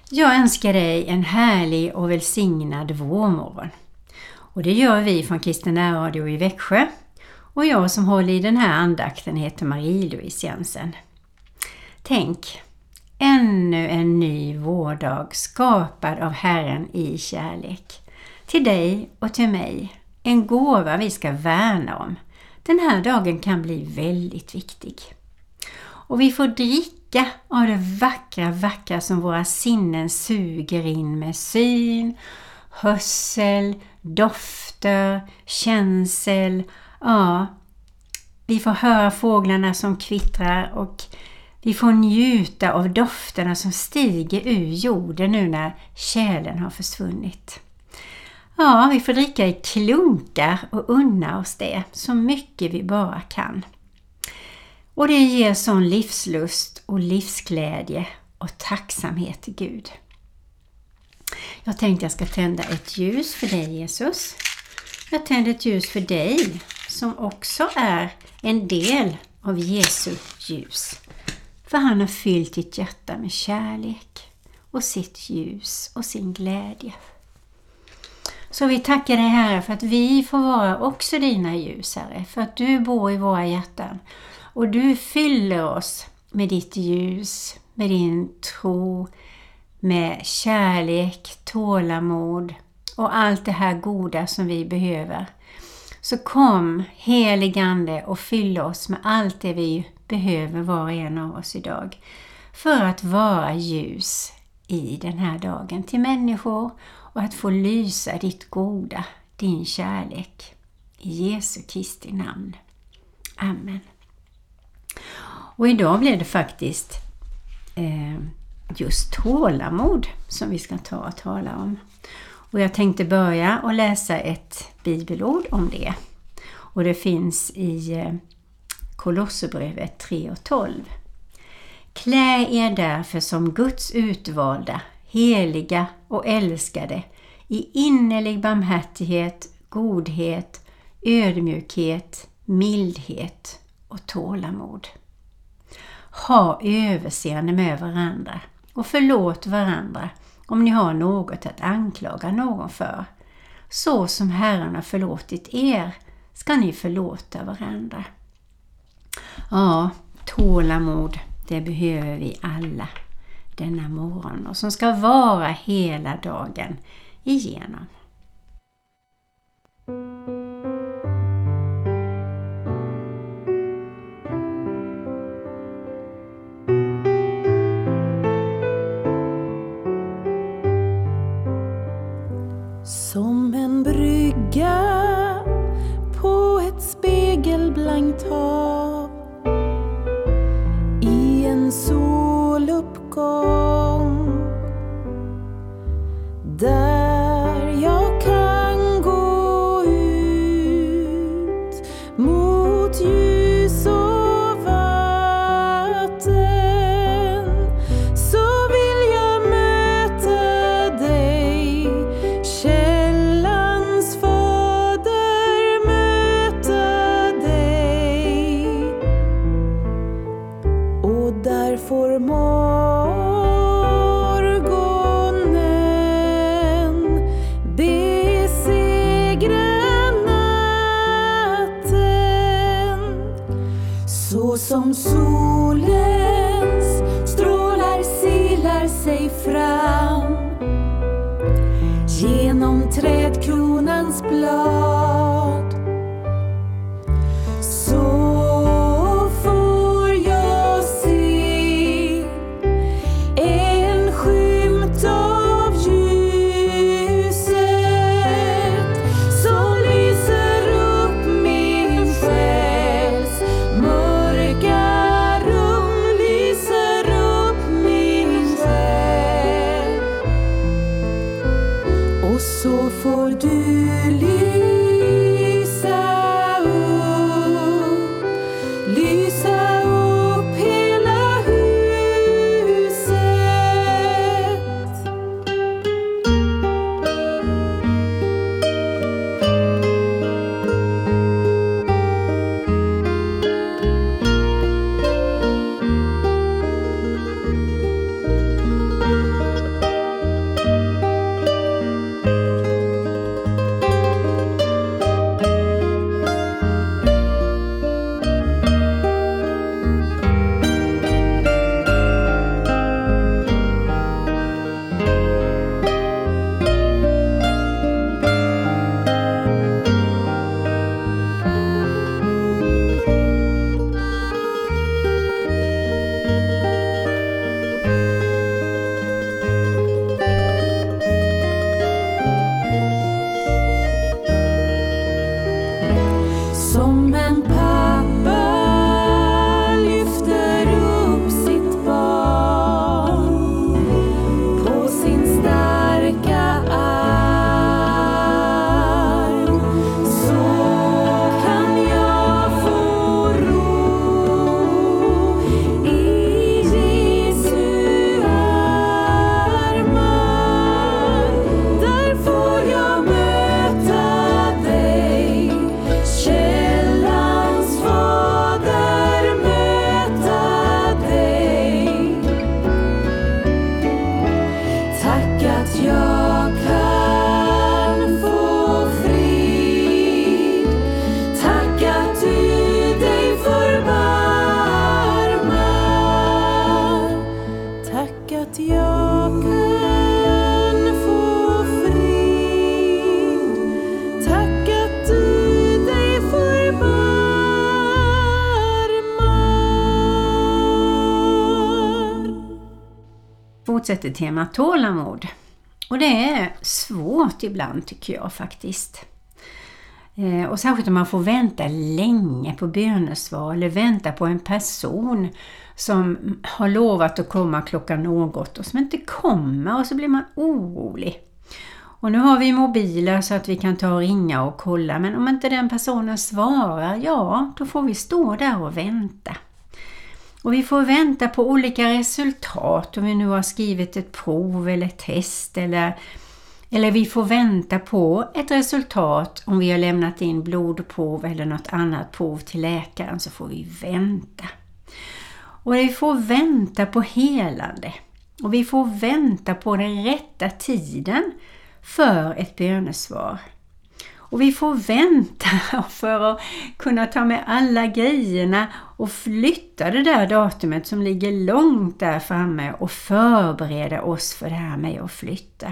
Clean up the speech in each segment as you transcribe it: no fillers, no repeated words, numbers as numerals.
Jag önskar dig en härlig och välsignad vårmorgon. Och det gör vi från Kristen Radio i Växjö. Och jag som håller i den här andakten heter Marie-Louise Jensen. Tänk, ännu en ny vårdag skapad av Herren i kärlek. Till dig och till mig. En gåva vi ska värna om. Den här dagen kan bli väldigt viktig. Och vi får dricka av det vackra som våra sinnen suger in med syn, hörsel, dofter, känsel. Ja, vi får höra fåglarna som kvittrar och vi får njuta av dofterna som stiger ur jorden nu när kärlen har försvunnit. Ja, vi får dricka i klunkar och unna oss det så mycket vi bara kan. Och det ger sån livslust och livsglädje och tacksamhet till Gud. Jag tänkte jag ska tända ett ljus för dig, Jesus. Jag tänder ett ljus för dig som också är en del av Jesu ljus. För han har fyllt ditt hjärta med kärlek och sitt ljus och sin glädje. Så vi tackar dig, Herre, för att vi får vara också dina ljus, Herre. För att du bor i våra hjärtan. Och du fyller oss med ditt ljus, med din tro, med kärlek, tålamod och allt det här goda som vi behöver. Så kom, helige Ande, och fyll oss med allt det vi behöver var och en av oss idag. För att vara ljus i den här dagen till människor och att få lysa ditt goda, din kärlek. I Jesu Kristi namn. Amen. Och idag blir det faktiskt just tålamod som vi ska ta och tala om. Och jag tänkte börja och läsa ett bibelord om det. Och det finns i Kolosserbrevet 3:12. Klä er därför som Guds utvalda, heliga och älskade i innerlig barmhärtighet, godhet, ödmjukhet, mildhet och tålamod. Ha överseende med varandra och förlåt varandra om ni har något att anklaga någon för. Så som Herren har förlåtit er ska ni förlåta varandra. Ja, tålamod, det behöver vi alla denna morgon och som ska vara hela dagen igenom. Som en brygga på ett spegelblankt hav i en soluppgång där jag kan gå ut mot ljus och vatten, så vill jag möta dig, källans fader, möta dig, och där får morgonen besegra natten. Så som solens strålar silar sig fram genom trädkronans blad, så får jag se en skymt av ljuset som lyser upp min själs mörka rum, lyser upp min själ. Och så får du lysa fortsätter temat tålamod. Och det är svårt ibland tycker jag faktiskt. Och särskilt om man får vänta länge på bönesvar eller vänta på en person som har lovat att komma klockan något och som inte kommer, och så blir man orolig. Och nu har vi mobiler så att vi kan ta och ringa och kolla, men om inte den personen svarar, ja, då får vi stå där och vänta. Och vi får vänta på olika resultat om vi nu har skrivit ett prov eller ett test, eller vi får vänta på ett resultat om vi har lämnat in blodprov eller något annat prov till läkaren, så får vi vänta. Och vi får vänta på helande. Och vi får vänta på den rätta tiden för ett bönesvar. Och vi får vänta för att kunna ta med alla grejerna och flytta det där datumet som ligger långt där framme och förbereda oss för det här med att flytta.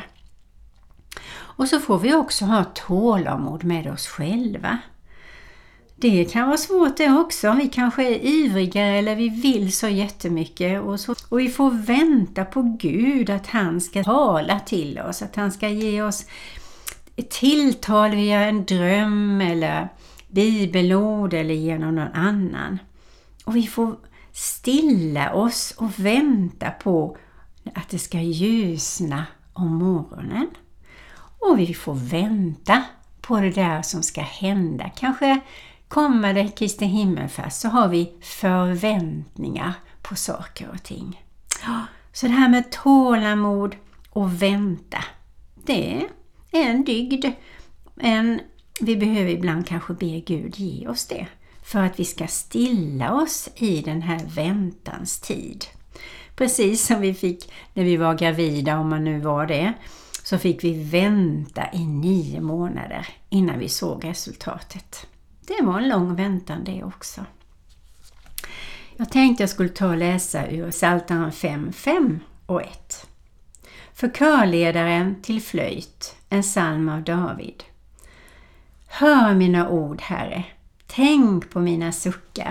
Och så får vi också ha tålamod med oss själva. Det kan vara svårt det också. Vi kanske är ivriga eller vi vill så jättemycket. Och vi får vänta på Gud att han ska tala till oss. Att han ska ge oss ett tilltal via en dröm eller bibelord eller genom någon annan. Och vi får stilla oss och vänta på att det ska ljusna om morgonen. Och vi får vänta på det där som ska hända. Kanske kommer det Kristi himmelfärd, så har vi förväntningar på saker och ting. Så det här med tålamod och vänta, det är en dygd. Men vi behöver ibland kanske be Gud ge oss det. För att vi ska stilla oss i den här väntans tid. Precis som vi fick när vi var gravida, om man nu var det. Så fick vi vänta i 9 månader innan vi såg resultatet. Det var en lång väntan det också. Jag tänkte jag skulle ta och läsa ur Psaltaren 5, 5 och 1. För körledaren till flöjt, en psalm av David. Hör mina ord, Herre. Tänk på mina suckar.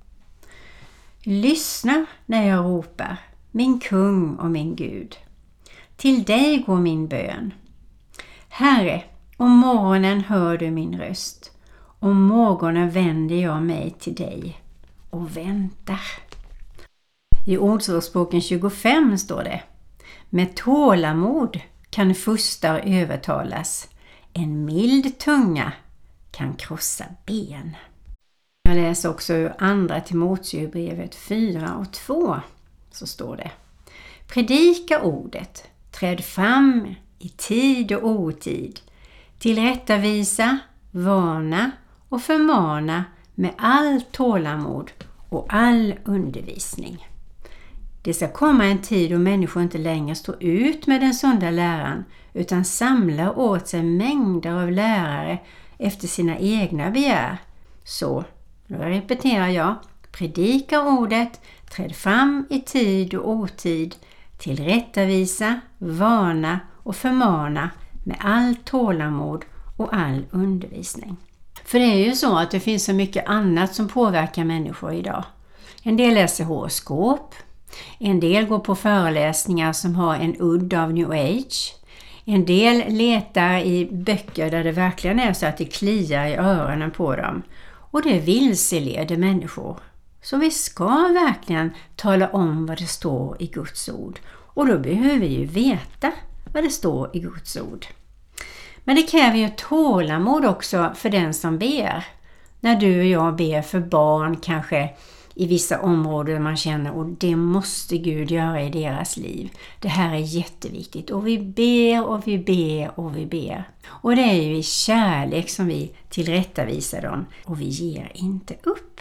Lyssna när jag ropar, min kung och min Gud. Till dig går min bön. Herre, om morgonen hör du min röst. Om morgonen vänder jag mig till dig och väntar. I Ordspråksboken 25 står det: med tålamod kan fustar övertalas. En mild tunga kan krossa ben. Jag läser också ur andra Timoteusbrevet 4 och 2. Så står det: predika ordet. Träd fram i tid och otid. Tillrättavisa, varna och förmana med all tålamod och all undervisning. Det ska komma en tid då människor inte längre står ut med den sunda läran utan samlar åt sig mängder av lärare efter sina egna begär. Så, nu repeterar jag, predika ordet, träd fram i tid och otid, tillrättavisa, varna och förmana med all tålamod och all undervisning. För det är ju så att det finns så mycket annat som påverkar människor idag. En del läser horoskop, en del går på föreläsningar som har en udd av New Age, en del letar i böcker där det verkligen är så att det kliar i öronen på dem, och det vilseleder människor. Så vi ska verkligen tala om vad det står i Guds ord. Och då behöver vi ju veta vad det står i Guds ord. Men det kräver ju tålamod också för den som ber. När du och jag ber för barn kanske i vissa områden man känner och det måste Gud göra i deras liv. Det här är jätteviktigt. Och vi ber och vi ber och vi ber. Och det är ju i kärlek som vi tillrättavisar dem och vi ger inte upp.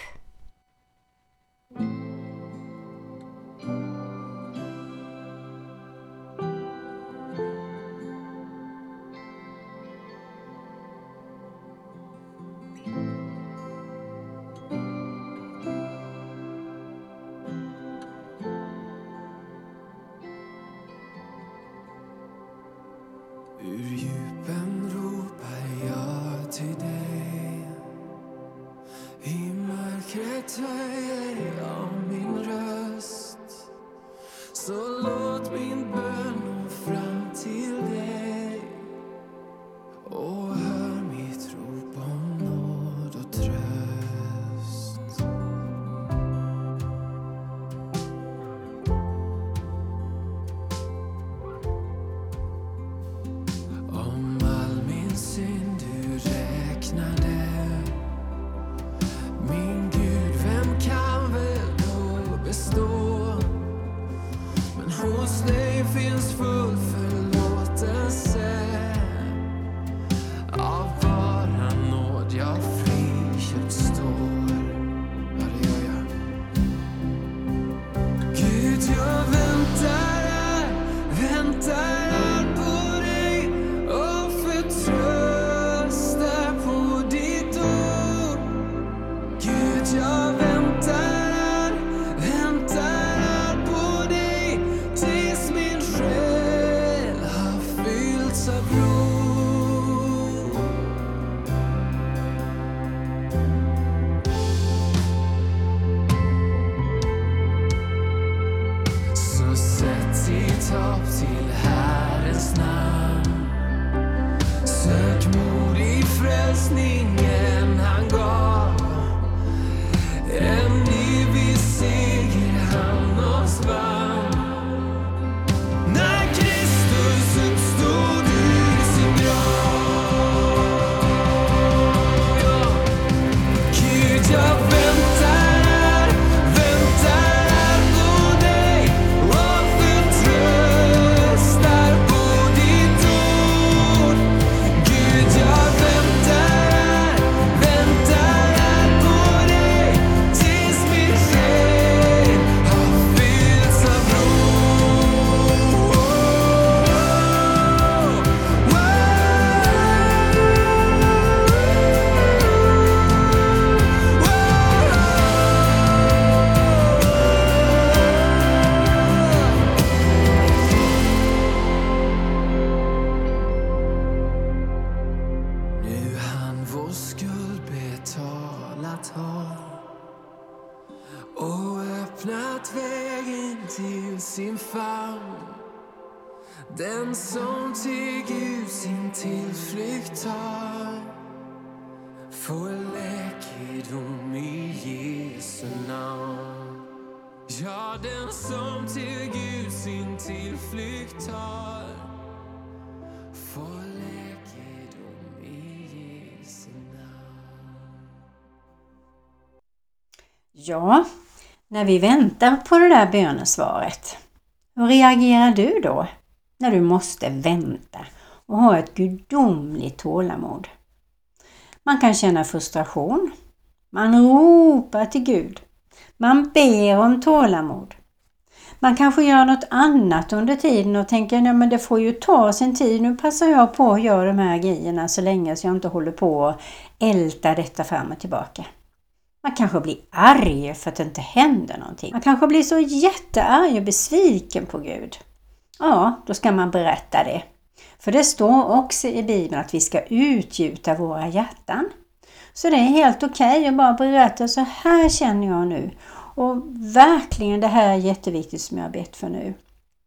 Ur djupen ropar jag till dig. I mörkret höjer jag min röst. Så låt min bön Gud, jag väntar på dig tills min själ har fyllts av ro. Så sätt ditt hopp till Herrens namn. Sök mod i frälsningen han gav. En evig seger han oss vann. När Kristus uppstod ur sin grav. Gud, jag väntar på dig och förtröstar på ditt ord. Gud, jag väntar på dig tills min själ har fyllts av ro. Nu han vår skuld betalat har och öppnat vägen till sin famn. Den som till Gud sin tillflykt tar får läkedom i Jesu namn. Ja, den som till Gud sin tillflykt tar får läkedom i Jesu namn. Ja, när vi väntar på det där bönesvaret, hur reagerar du då när du måste vänta och ha ett gudomligt tålamod? Man kan känna frustration, man ropar till Gud, man ber om tålamod. Man kanske gör något annat under tiden och tänker, nej men det får ju ta sin tid, nu passar jag på att göra de här grejerna så länge så jag inte håller på att älta detta fram och tillbaka. Man kanske blir arg för att det inte händer någonting. Man kanske blir så jättearg och besviken på Gud. Ja, då ska man berätta det. För det står också i Bibeln att vi ska utgjuta våra hjärtan. Så det är helt okej att bara berätta, så här känner jag nu. Och verkligen det här är jätteviktigt som jag har bett för nu.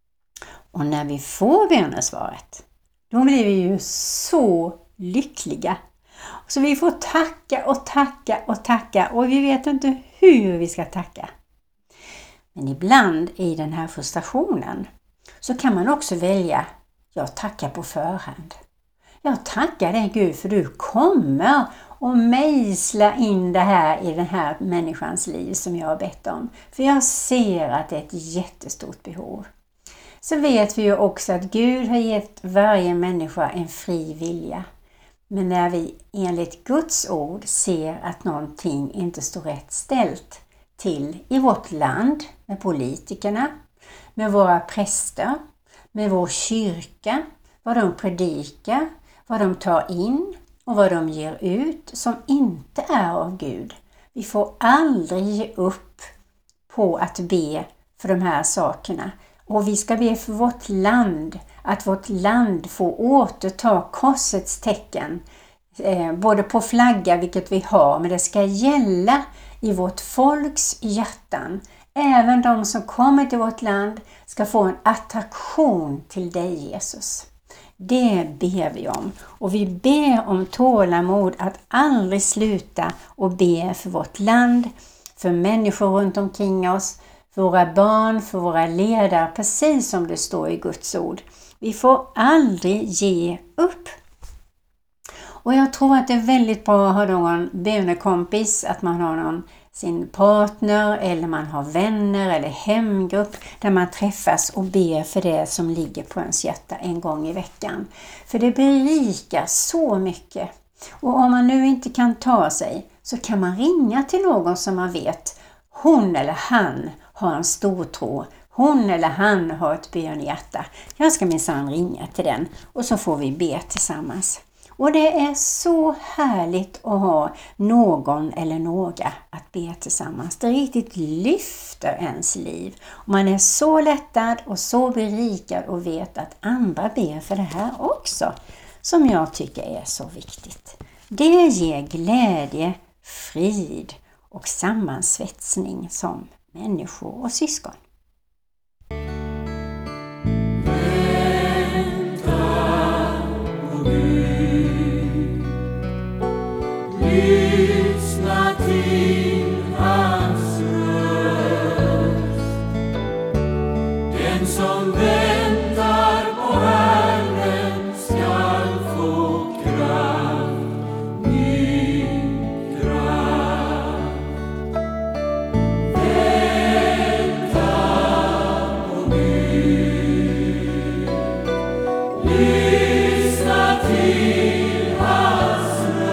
Och när vi får bönesvaret, då blir vi ju så lyckliga. Så vi får tacka och tacka och tacka och vi vet inte hur vi ska tacka. Men ibland i den här frustrationen så kan man också välja, jag tackar på förhand. Jag tackar dig Gud för du kommer och mejsla in det här i den här människans liv som jag har bett om. För jag ser att det är ett jättestort behov. Så vet vi ju också att Gud har gett varje människa en fri vilja. Men när vi enligt Guds ord ser att någonting inte står rätt ställt till i vårt land, med politikerna, med våra präster, med vår kyrka, vad de predikar, vad de tar in och vad de ger ut som inte är av Gud. Vi får aldrig ge upp på att be för de här sakerna. Och vi ska be för vårt land, att vårt land får återta korsets tecken. Både på flagga, vilket vi har, men det ska gälla i vårt folks hjärtan. Även de som kommer till vårt land ska få en attraktion till dig Jesus. Det ber vi om. Och vi ber om tålamod att aldrig sluta och be för vårt land, för människor runt omkring oss, för våra barn, för våra ledare, precis som det står i Guds ord. Vi får aldrig ge upp. Och jag tror att det är väldigt bra att ha någon bönekompis, att man har någon sin partner eller man har vänner eller hemgrupp där man träffas och ber för det som ligger på ens hjärta en gång i veckan. För det berikar så mycket. Och om man nu inte kan ta sig så kan man ringa till någon som man vet, hon eller han har en stor tro. Hon eller han har ett bönhjärta. Jag ska minsann ringa till den och så får vi be tillsammans. Och det är så härligt att ha någon eller några att be tillsammans. Det riktigt lyfter ens liv. Och man är så lättad och så berikad och vet att andra ber för det här också. Som jag tycker är så viktigt. Det ger glädje, frid och sammansvetsning som människor och syskon. Lyssna till hans röst. Den som väntar på Herren skall få kraft, ny kraft. Vänta på Gud. Lyssna till hans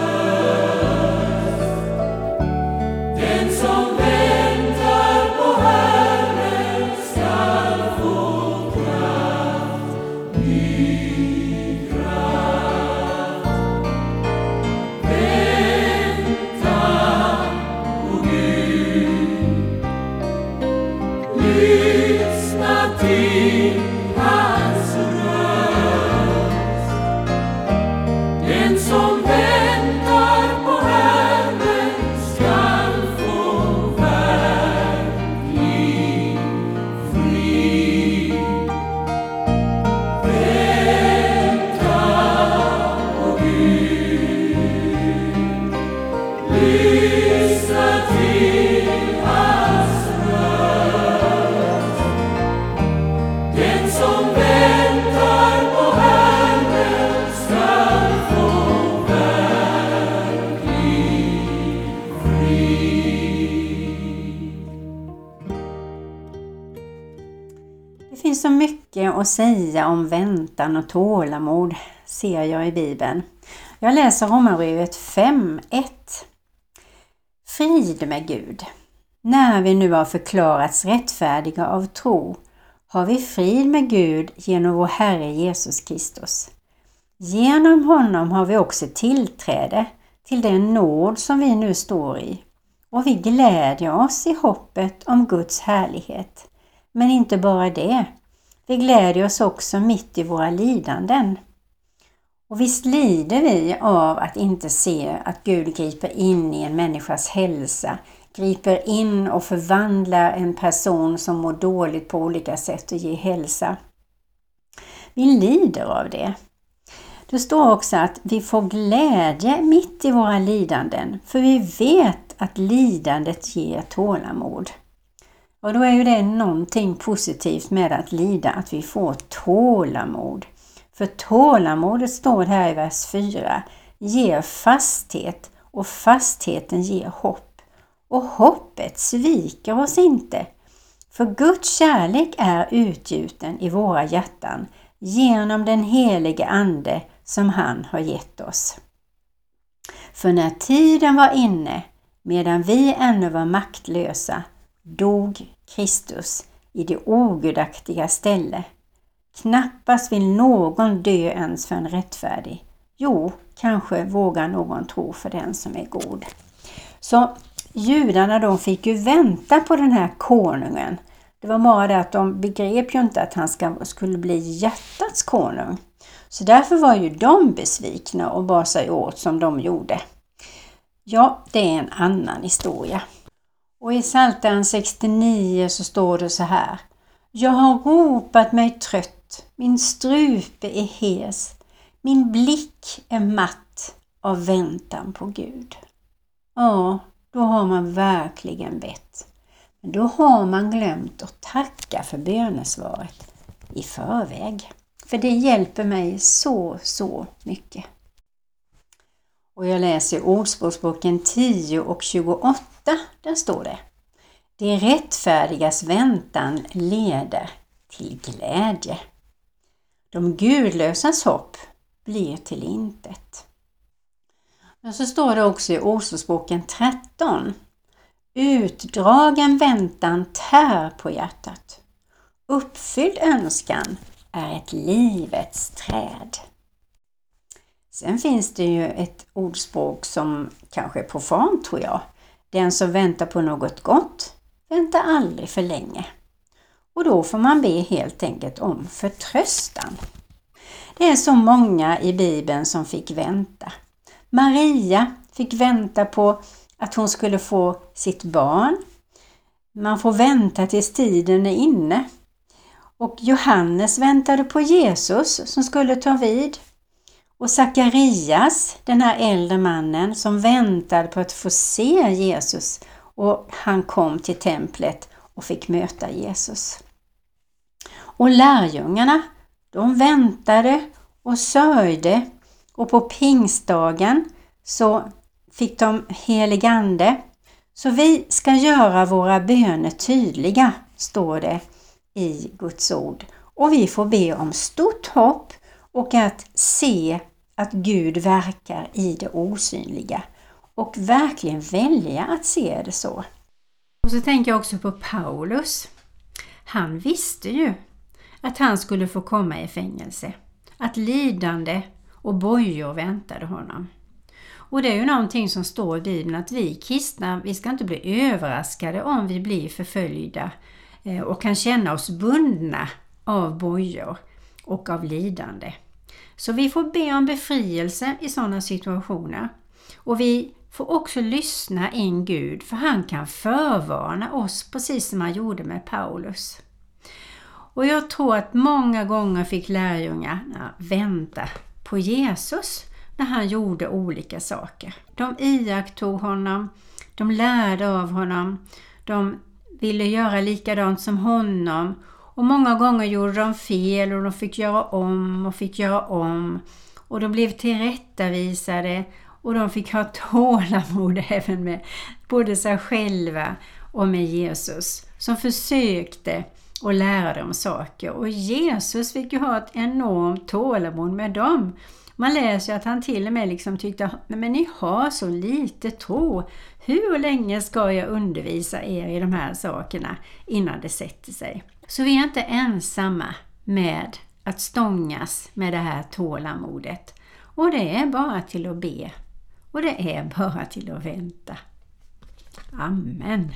Det finns så mycket att säga om väntan och tålamod, ser jag i Bibeln. Jag läser Romarbrevet 5:1. Frid med Gud. När vi nu har förklarats rättfärdiga av tro, har vi frid med Gud genom vår Herre Jesus Kristus. Genom honom har vi också tillträde till den nåd som vi nu står i. Och vi glädjer oss i hoppet om Guds härlighet. Men inte bara det. Vi glädjer oss också mitt i våra lidanden. Och visst lider vi av att inte se att Gud griper in i en människas hälsa, griper in och förvandlar en person som mår dåligt på olika sätt och ger hälsa. Vi lider av det. Det står också att vi får glädje mitt i våra lidanden, för vi vet att lidandet ger tålamod. Och då är ju det någonting positivt med att lida, att vi får tålamod. För tålamodet står här i vers 4, ger fasthet och fastheten ger hopp. Och hoppet sviker oss inte. För Guds kärlek är utgjuten i våra hjärtan genom den helige ande som han har gett oss. För när tiden var inne, medan vi ännu var maktlösa, dog Kristus i det ogudaktiga ställe. Knappast vill någon dö ens för en rättfärdig. Jo, kanske vågar någon tro för den som är god. Så judarna, de fick ju vänta på den här konungen. Det var bara det att de begrep ju inte att han skulle bli hjärtats konung. Så därför var ju de besvikna och bar sig åt som de gjorde. Ja, det är en annan historia. Och i Psaltaren 69 så står det så här. Jag har ropat mig trött, min strupe är hes, min blick är matt av väntan på Gud. Ja, då har man verkligen bett. Men då har man glömt att tacka för bönesvaret i förväg. För det hjälper mig så mycket. Och jag läser Ordspråksboken 10:28. Där står det. Det rättfärdigas väntan leder till glädje. De gudlösas hopp blir till intet. Men så står det också i Ordspråksboken 13. Utdragen väntan tär på hjärtat. Uppfylld önskan är ett livets träd. Sen finns det ju ett ordspråk som kanske är profant, tror jag. Den som väntar på något gott väntar aldrig för länge. Och då får man be helt enkelt om förtröstan. Det är så många i Bibeln som fick vänta. Maria fick vänta på att hon skulle få sitt barn. Man får vänta tills tiden är inne. Och Johannes väntade på Jesus som skulle ta vid. Och Sakarias, den här äldre mannen som väntade på att få se Jesus. Och han kom till templet och fick möta Jesus. Och lärjungarna, de väntade och sörjde. Och på pingstdagen så fick de helig ande. Så vi ska göra våra böner tydliga, står det i Guds ord. Och vi får be om stort hopp och att se att Gud verkar i det osynliga. Och verkligen välja att se det så. Och så tänker jag också på Paulus. Han visste ju att han skulle få komma i fängelse. Att lidande och bojor väntade honom. Och det är ju någonting som står i Bibeln, att vi kristna, vi ska inte bli överraskade om vi blir förföljda och kan känna oss bundna av bojor och av lidande. Så vi får be om befrielse i sådana situationer. Och vi får också lyssna in Gud, för han kan förvarna oss precis som han gjorde med Paulus. Och jag tror att många gånger fick lärjungarna vänta på Jesus när han gjorde olika saker. De iakttog honom, de lärde av honom, de ville göra likadant som honom. Och många gånger gjorde de fel och de fick göra om. Och de blev tillrättavisade och de fick ha tålamod även med både sig själva och med Jesus som försökte och lära dem saker. Och Jesus fick ju ha ett enormt tålamod med dem. Man läser ju att han till och med liksom tyckte, men ni har så lite tro. Hur länge ska jag undervisa er i de här sakerna innan det sätter sig? Så vi är inte ensamma med att stångas med det här tålamodet. Och det är bara till att be. Och det är bara till att vänta. Amen.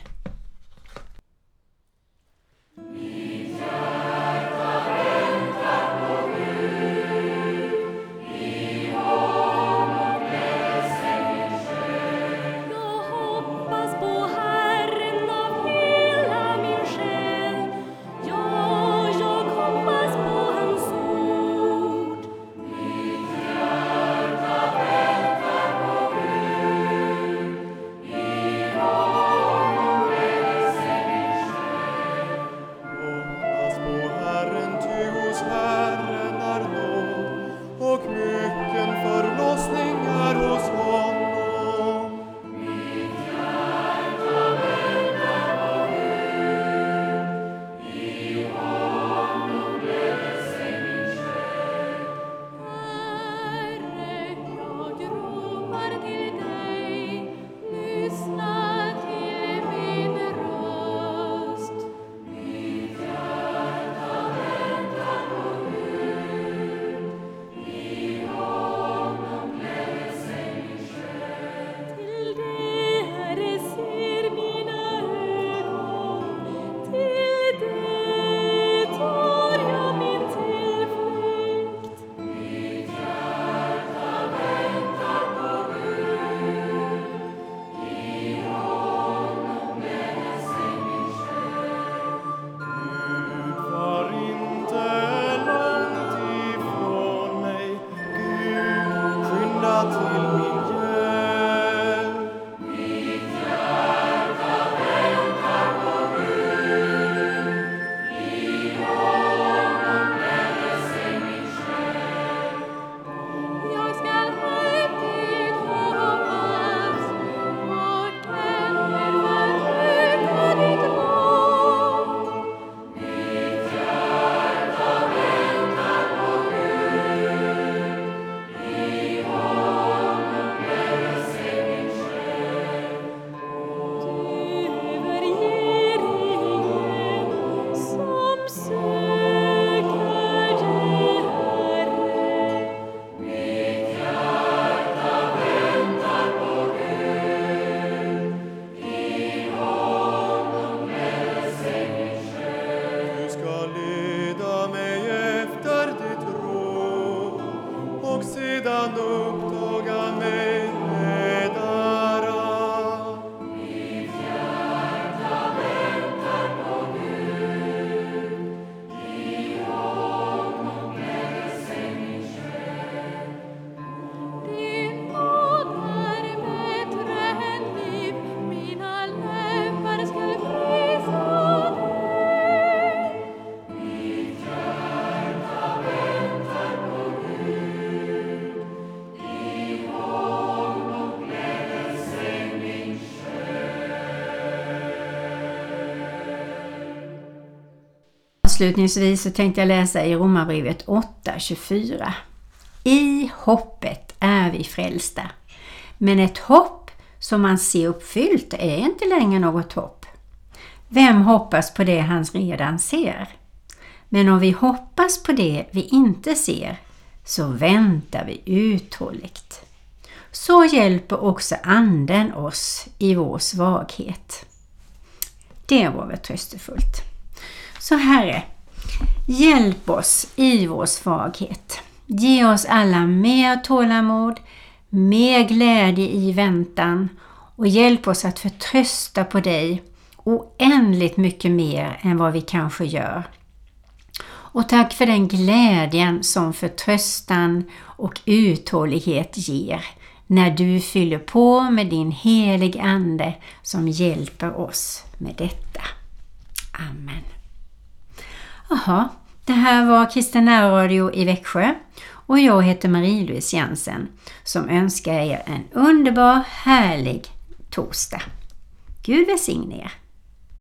avslutningsvis så tänkte jag läsa i Romarbrevet 8:24. I hoppet är vi frälsta. Men ett hopp som man ser uppfyllt är inte längre något hopp. Vem hoppas på det han redan ser? Men om vi hoppas på det vi inte ser så väntar vi uthålligt. Så hjälper också anden oss i vår svaghet. Det var väl tröstefullt. Så Herre, hjälp oss i vår svaghet. Ge oss alla mer tålamod, mer glädje i väntan och hjälp oss att förtrösta på dig oändligt mycket mer än vad vi kanske gör. Och tack för den glädjen som förtröstan och uthållighet ger när du fyller på med din helig ande som hjälper oss med detta. Amen. Jaha, det här var Kristen närradio i Växjö och jag heter Marie-Louise Jensen som önskar er en underbar, härlig torsdag. Gud välsigne er.